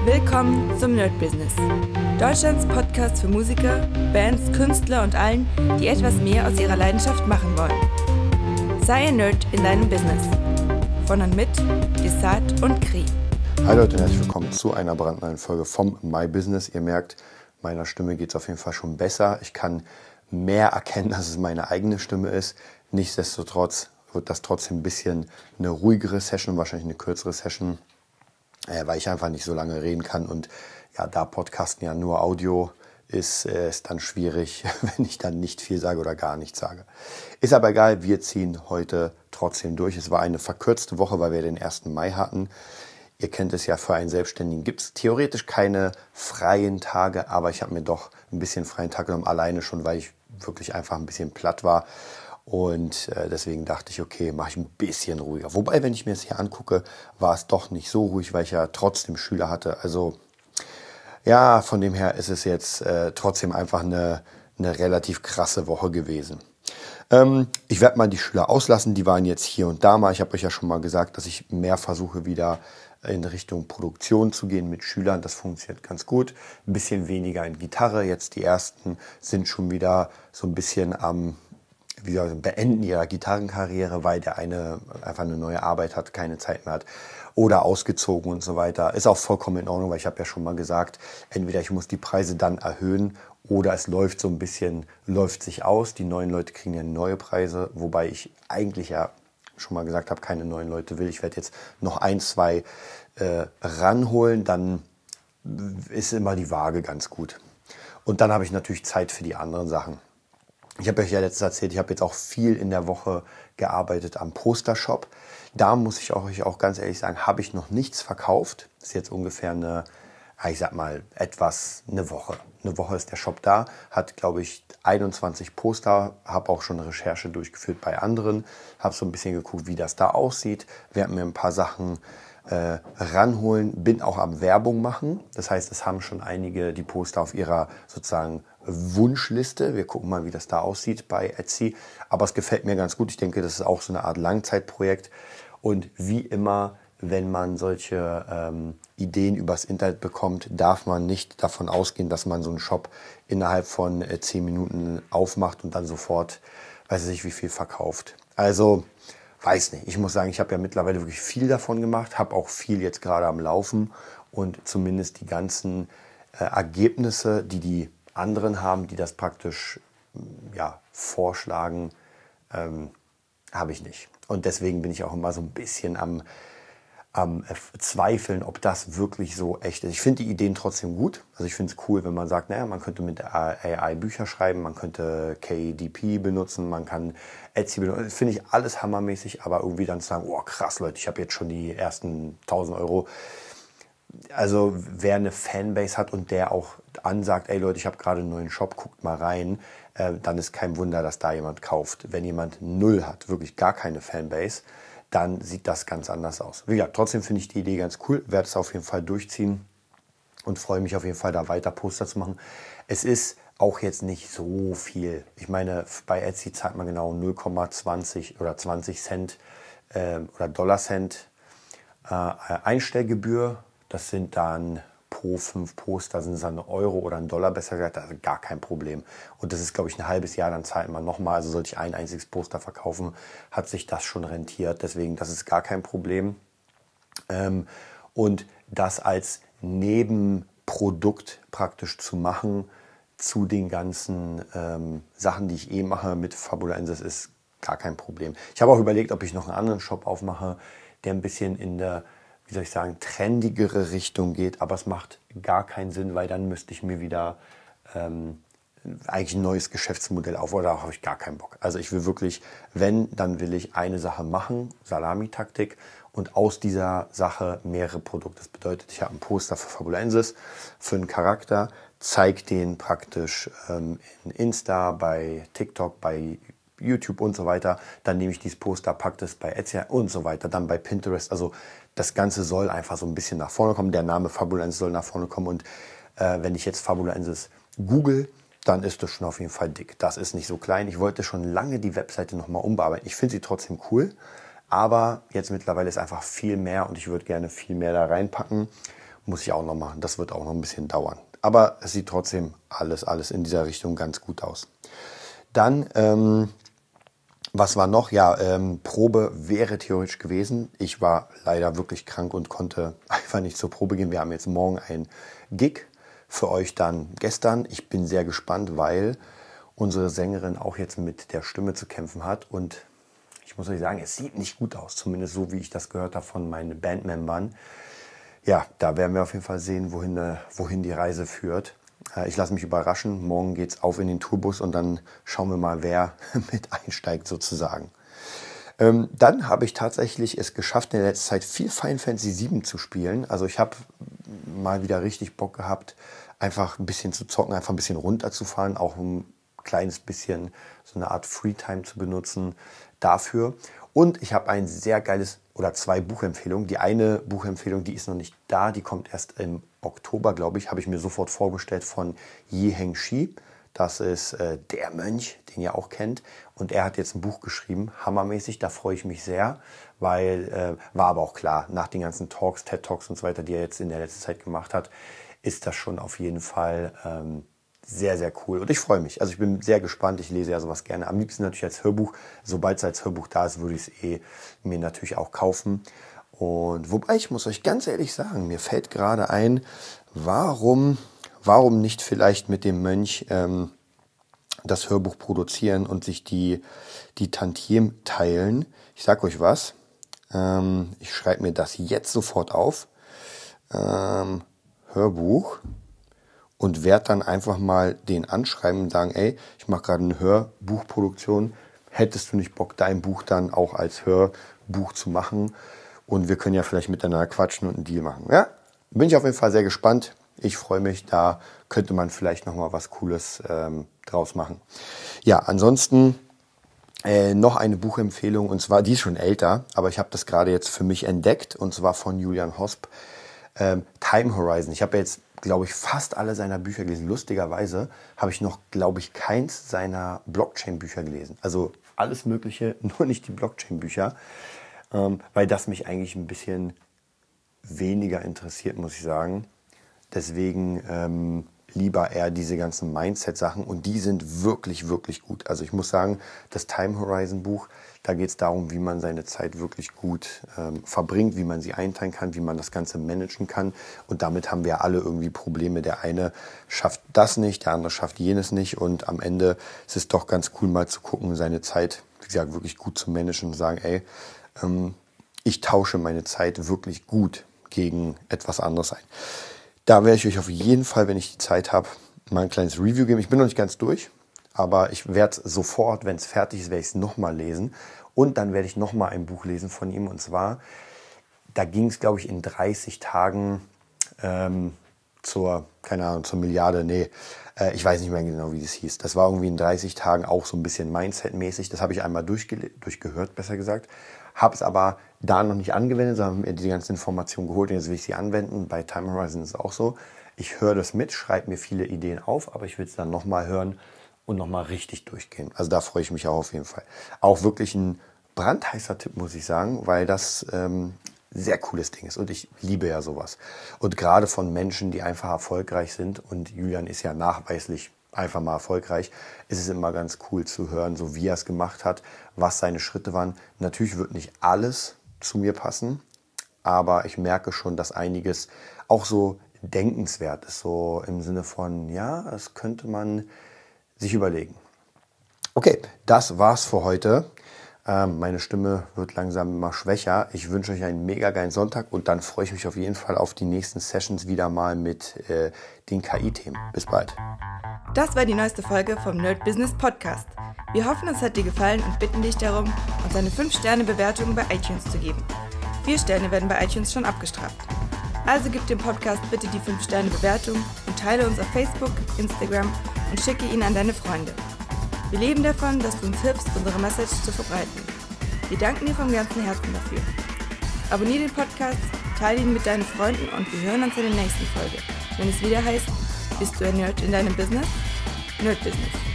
Willkommen zum Nerd Business. Deutschlands Podcast für Musiker, Bands, Künstler und allen, die etwas mehr aus ihrer Leidenschaft machen wollen. Sei ein Nerd in deinem Business. Von und mit Desart und Kri. Hi Leute und herzlich willkommen zu einer brandneuen Folge vom My Business. Ihr merkt, meiner Stimme geht es auf jeden Fall schon besser. Ich kann mehr erkennen, dass es meine eigene Stimme ist. Nichtsdestotrotz wird das trotzdem ein bisschen eine ruhigere Session, wahrscheinlich eine kürzere Session, weil ich einfach nicht so lange reden kann. Und ja, da Podcasten ja nur Audio ist dann schwierig, wenn ich dann nicht viel sage oder gar nichts sage. Ist aber egal, wir ziehen heute trotzdem durch. Es war eine verkürzte Woche, weil wir den 1. Mai hatten. Ihr kennt es ja, für einen Selbstständigen gibt es theoretisch keine freien Tage, aber ich habe mir doch ein bisschen freien Tag genommen, alleine schon, weil ich wirklich einfach ein bisschen platt war. Und deswegen dachte ich, okay, mache ich ein bisschen ruhiger. Wobei, wenn ich mir das hier angucke, war es doch nicht so ruhig, weil ich ja trotzdem Schüler hatte. Also ja, von dem her ist es jetzt trotzdem einfach eine relativ krasse Woche gewesen. Ich werde mal die Schüler auslassen, die waren jetzt hier und da mal. Ich habe euch ja schon mal gesagt, dass ich mehr versuche, wieder in Richtung Produktion zu gehen mit Schülern. Das funktioniert ganz gut. Ein bisschen weniger in Gitarre. Jetzt die ersten sind schon wieder so ein bisschen am beenden ihrer Gitarrenkarriere, weil der eine einfach eine neue Arbeit hat, keine Zeit mehr hat oder ausgezogen und so weiter. Ist auch vollkommen in Ordnung, weil ich habe ja schon mal gesagt, entweder ich muss die Preise dann erhöhen oder es läuft so ein bisschen, läuft sich aus. Die neuen Leute kriegen ja neue Preise, wobei ich eigentlich ja schon mal gesagt habe, keine neuen Leute will. Ich werde jetzt noch 1, 2 ranholen, dann ist immer die Waage ganz gut. Und dann habe ich natürlich Zeit für die anderen Sachen. Ich habe euch ja letztens erzählt, ich habe jetzt auch viel in der Woche gearbeitet am Postershop. Da muss ich euch auch ganz ehrlich sagen, habe ich noch nichts verkauft. Das ist jetzt ungefähr eine Woche. Eine Woche ist der Shop da, hat, glaube ich, 21 Poster, habe auch schon eine Recherche durchgeführt bei anderen, habe so ein bisschen geguckt, wie das da aussieht, werde mir ein paar Sachen ranholen, bin auch am Werbung machen. Das heißt, es haben schon einige die Poster auf ihrer sozusagen Wunschliste. Wir gucken mal, wie das da aussieht bei Etsy. Aber es gefällt mir ganz gut. Ich denke, das ist auch so eine Art Langzeitprojekt. Und wie immer, wenn man solche Ideen übers Internet bekommt, darf man nicht davon ausgehen, dass man so einen Shop innerhalb von 10 Minuten aufmacht und dann sofort, weiß ich nicht, wie viel verkauft. Also, weiß nicht. Ich muss sagen, ich habe ja mittlerweile wirklich viel davon gemacht, habe auch viel jetzt gerade am Laufen und zumindest die ganzen Ergebnisse, die anderen haben, die das praktisch vorschlagen, habe ich nicht. Und deswegen bin ich auch immer so ein bisschen am Zweifeln, ob das wirklich so echt ist. Ich finde die Ideen trotzdem gut. Also ich finde es cool, wenn man sagt, naja, man könnte mit AI Bücher schreiben, man könnte KDP benutzen, man kann Etsy benutzen. Das finde ich alles hammermäßig, aber irgendwie dann zu sagen, oh krass Leute, ich habe jetzt schon die ersten 1.000 Euro. Also wer eine Fanbase hat und der auch ansagt, ey Leute, ich habe gerade einen neuen Shop, guckt mal rein, dann ist kein Wunder, dass da jemand kauft. Wenn jemand 0 hat, wirklich gar keine Fanbase, dann sieht das ganz anders aus. Wie gesagt, trotzdem finde ich die Idee ganz cool, werde es auf jeden Fall durchziehen und freue mich auf jeden Fall, da weiter Poster zu machen. Es ist auch jetzt nicht so viel. Ich meine, bei Etsy zahlt man genau 0,20 oder 20 Cent oder Dollarcent Einstellgebühr. Das sind dann pro 5 Poster sind es dann €1 oder $1, besser gesagt, also gar kein Problem. Und das ist, glaube ich, ein halbes Jahr, dann zahlt man nochmal. Also sollte ich ein einziges Poster verkaufen, hat sich das schon rentiert. Deswegen, das ist gar kein Problem. Und das als Nebenprodukt praktisch zu machen zu den ganzen Sachen, die ich mache mit Fabulensis, ist gar kein Problem. Ich habe auch überlegt, ob ich noch einen anderen Shop aufmache, der ein bisschen in der trendigere Richtung geht, aber es macht gar keinen Sinn, weil dann müsste ich mir wieder eigentlich ein neues Geschäftsmodell aufbauen, da habe ich gar keinen Bock. Also ich will wirklich, dann will ich eine Sache machen, Salami-Taktik, und aus dieser Sache mehrere Produkte. Das bedeutet, ich habe ein Poster für Fabulensis, für einen Charakter, zeige den praktisch in Insta, bei TikTok, bei YouTube und so weiter. Dann nehme ich dieses Poster, packe das bei Etsy und so weiter, dann bei Pinterest. Also das Ganze soll einfach so ein bisschen nach vorne kommen. Der Name Fabulensis soll nach vorne kommen. Und wenn ich jetzt Fabulensis google, dann ist das schon auf jeden Fall dick. Das ist nicht so klein. Ich wollte schon lange die Webseite nochmal umbearbeiten. Ich finde sie trotzdem cool, aber jetzt mittlerweile ist einfach viel mehr und ich würde gerne viel mehr da reinpacken. muss ich auch noch machen. Das wird auch noch ein bisschen dauern. Aber es sieht trotzdem alles in dieser Richtung ganz gut aus. Dann, was war noch? Ja, Probe wäre theoretisch gewesen. Ich war leider wirklich krank und konnte einfach nicht zur Probe gehen. Wir haben jetzt morgen ein Gig, für euch dann gestern. Ich bin sehr gespannt, weil unsere Sängerin auch jetzt mit der Stimme zu kämpfen hat. Und ich muss euch sagen, es sieht nicht gut aus. Zumindest so, wie ich das gehört habe von meinen Bandmembern. Ja, da werden wir auf jeden Fall sehen, wohin die Reise führt. Ich lasse mich überraschen. Morgen geht's auf in den Tourbus und dann schauen wir mal, wer mit einsteigt sozusagen. Dann habe ich tatsächlich es geschafft, in der letzten Zeit viel Final Fantasy VII zu spielen. Also ich habe mal wieder richtig Bock gehabt, einfach ein bisschen zu zocken, einfach ein bisschen runterzufahren, auch ein kleines bisschen so eine Art Freetime zu benutzen dafür. Und ich habe ein sehr geiles oder 2 Buchempfehlungen. Die eine Buchempfehlung, die ist noch nicht da, die kommt erst im Oktober, glaube ich, habe ich mir sofort vorbestellt von Yi Hengshi. Das ist der Mönch, den ihr auch kennt. Und er hat jetzt ein Buch geschrieben, hammermäßig, da freue ich mich sehr, weil, war aber auch klar, nach den ganzen Talks, TED-Talks und so weiter, die er jetzt in der letzten Zeit gemacht hat, ist das schon auf jeden Fall sehr, sehr cool. Und ich freue mich. Also ich bin sehr gespannt. Ich lese ja sowas gerne. Am liebsten natürlich als Hörbuch. Sobald es als Hörbuch da ist, würde ich es mir natürlich auch kaufen. Und wobei, ich muss euch ganz ehrlich sagen, mir fällt gerade ein, warum nicht vielleicht mit dem Mönch das Hörbuch produzieren und sich die Tantiemen teilen. Ich sag euch was. Ich schreibe mir das jetzt sofort auf. Hörbuch. Und werde dann einfach mal den anschreiben und sagen, ey, ich mache gerade eine Hörbuchproduktion. Hättest du nicht Bock, dein Buch dann auch als Hörbuch zu machen? Und wir können ja vielleicht miteinander quatschen und einen Deal machen. Ja, bin ich auf jeden Fall sehr gespannt. Ich freue mich, da könnte man vielleicht nochmal was Cooles draus machen. Ja, ansonsten noch eine Buchempfehlung, und zwar, die ist schon älter, aber ich habe das gerade jetzt für mich entdeckt, und zwar von Julian Hosp. Time Horizon. Ich habe jetzt, glaube ich, fast alle seiner Bücher gelesen. Lustigerweise habe ich noch, glaube ich, keins seiner Blockchain-Bücher gelesen. Also alles Mögliche, nur nicht die Blockchain-Bücher, weil das mich eigentlich ein bisschen weniger interessiert, muss ich sagen. Deswegen lieber eher diese ganzen Mindset-Sachen, und die sind wirklich, wirklich gut. Also ich muss sagen, das Time Horizon Buch, da geht es darum, wie man seine Zeit wirklich gut verbringt, wie man sie einteilen kann, wie man das Ganze managen kann. Und damit haben wir alle irgendwie Probleme. Der eine schafft das nicht, der andere schafft jenes nicht. Und am Ende ist es doch ganz cool, mal zu gucken, seine Zeit, wie gesagt, wirklich gut zu managen und sagen, ey, ich tausche meine Zeit wirklich gut gegen etwas anderes ein. Da werde ich euch auf jeden Fall, wenn ich die Zeit habe, mal ein kleines Review geben. Ich bin noch nicht ganz durch, aber ich werde es sofort, wenn es fertig ist, werde ich es nochmal lesen. Und dann werde ich nochmal ein Buch lesen von ihm. Und zwar, da ging es, glaube ich, in 30 Tagen zur Milliarde. Ich weiß nicht mehr genau, wie das hieß. Das war irgendwie in 30 Tagen auch so ein bisschen Mindset-mäßig. Das habe ich einmal durchgehört, besser gesagt. Habe es aber da noch nicht angewendet, sondern mir die ganzen Informationen geholt und jetzt will ich sie anwenden. Bei Time Horizon ist es auch so. Ich höre das mit, schreibe mir viele Ideen auf, aber ich will es dann nochmal hören und nochmal richtig durchgehen. Also da freue ich mich auch auf jeden Fall. Auch wirklich ein brandheißer Tipp, muss ich sagen, weil das sehr cooles Ding ist und ich liebe ja sowas. Und gerade von Menschen, die einfach erfolgreich sind, und Julian ist ja nachweislich einfach mal erfolgreich, ist es immer ganz cool zu hören, so wie er es gemacht hat, was seine Schritte waren. Natürlich wird nicht alles zu mir passen, aber ich merke schon, dass einiges auch so denkenswert ist, so im Sinne von, ja, das könnte man sich überlegen. Okay, das war's für heute. Meine Stimme wird langsam immer schwächer. Ich wünsche euch einen mega geilen Sonntag und dann freue ich mich auf jeden Fall auf die nächsten Sessions wieder mal mit den KI-Themen. Bis bald. Das war die neueste Folge vom Nerd Business Podcast. Wir hoffen, es hat dir gefallen und bitten dich darum, uns eine 5-Sterne-Bewertung bei iTunes zu geben. 4 Sterne werden bei iTunes schon abgestraft. Also gib dem Podcast bitte die 5-Sterne-Bewertung und teile uns auf Facebook, Instagram und schicke ihn an deine Freunde. Wir leben davon, dass du uns hilfst, unsere Message zu verbreiten. Wir danken dir vom ganzen Herzen dafür. Abonniere den Podcast, teile ihn mit deinen Freunden und wir hören uns in der nächsten Folge, wenn es wieder heißt, bist du ein Nerd in deinem Business? Nerd Business.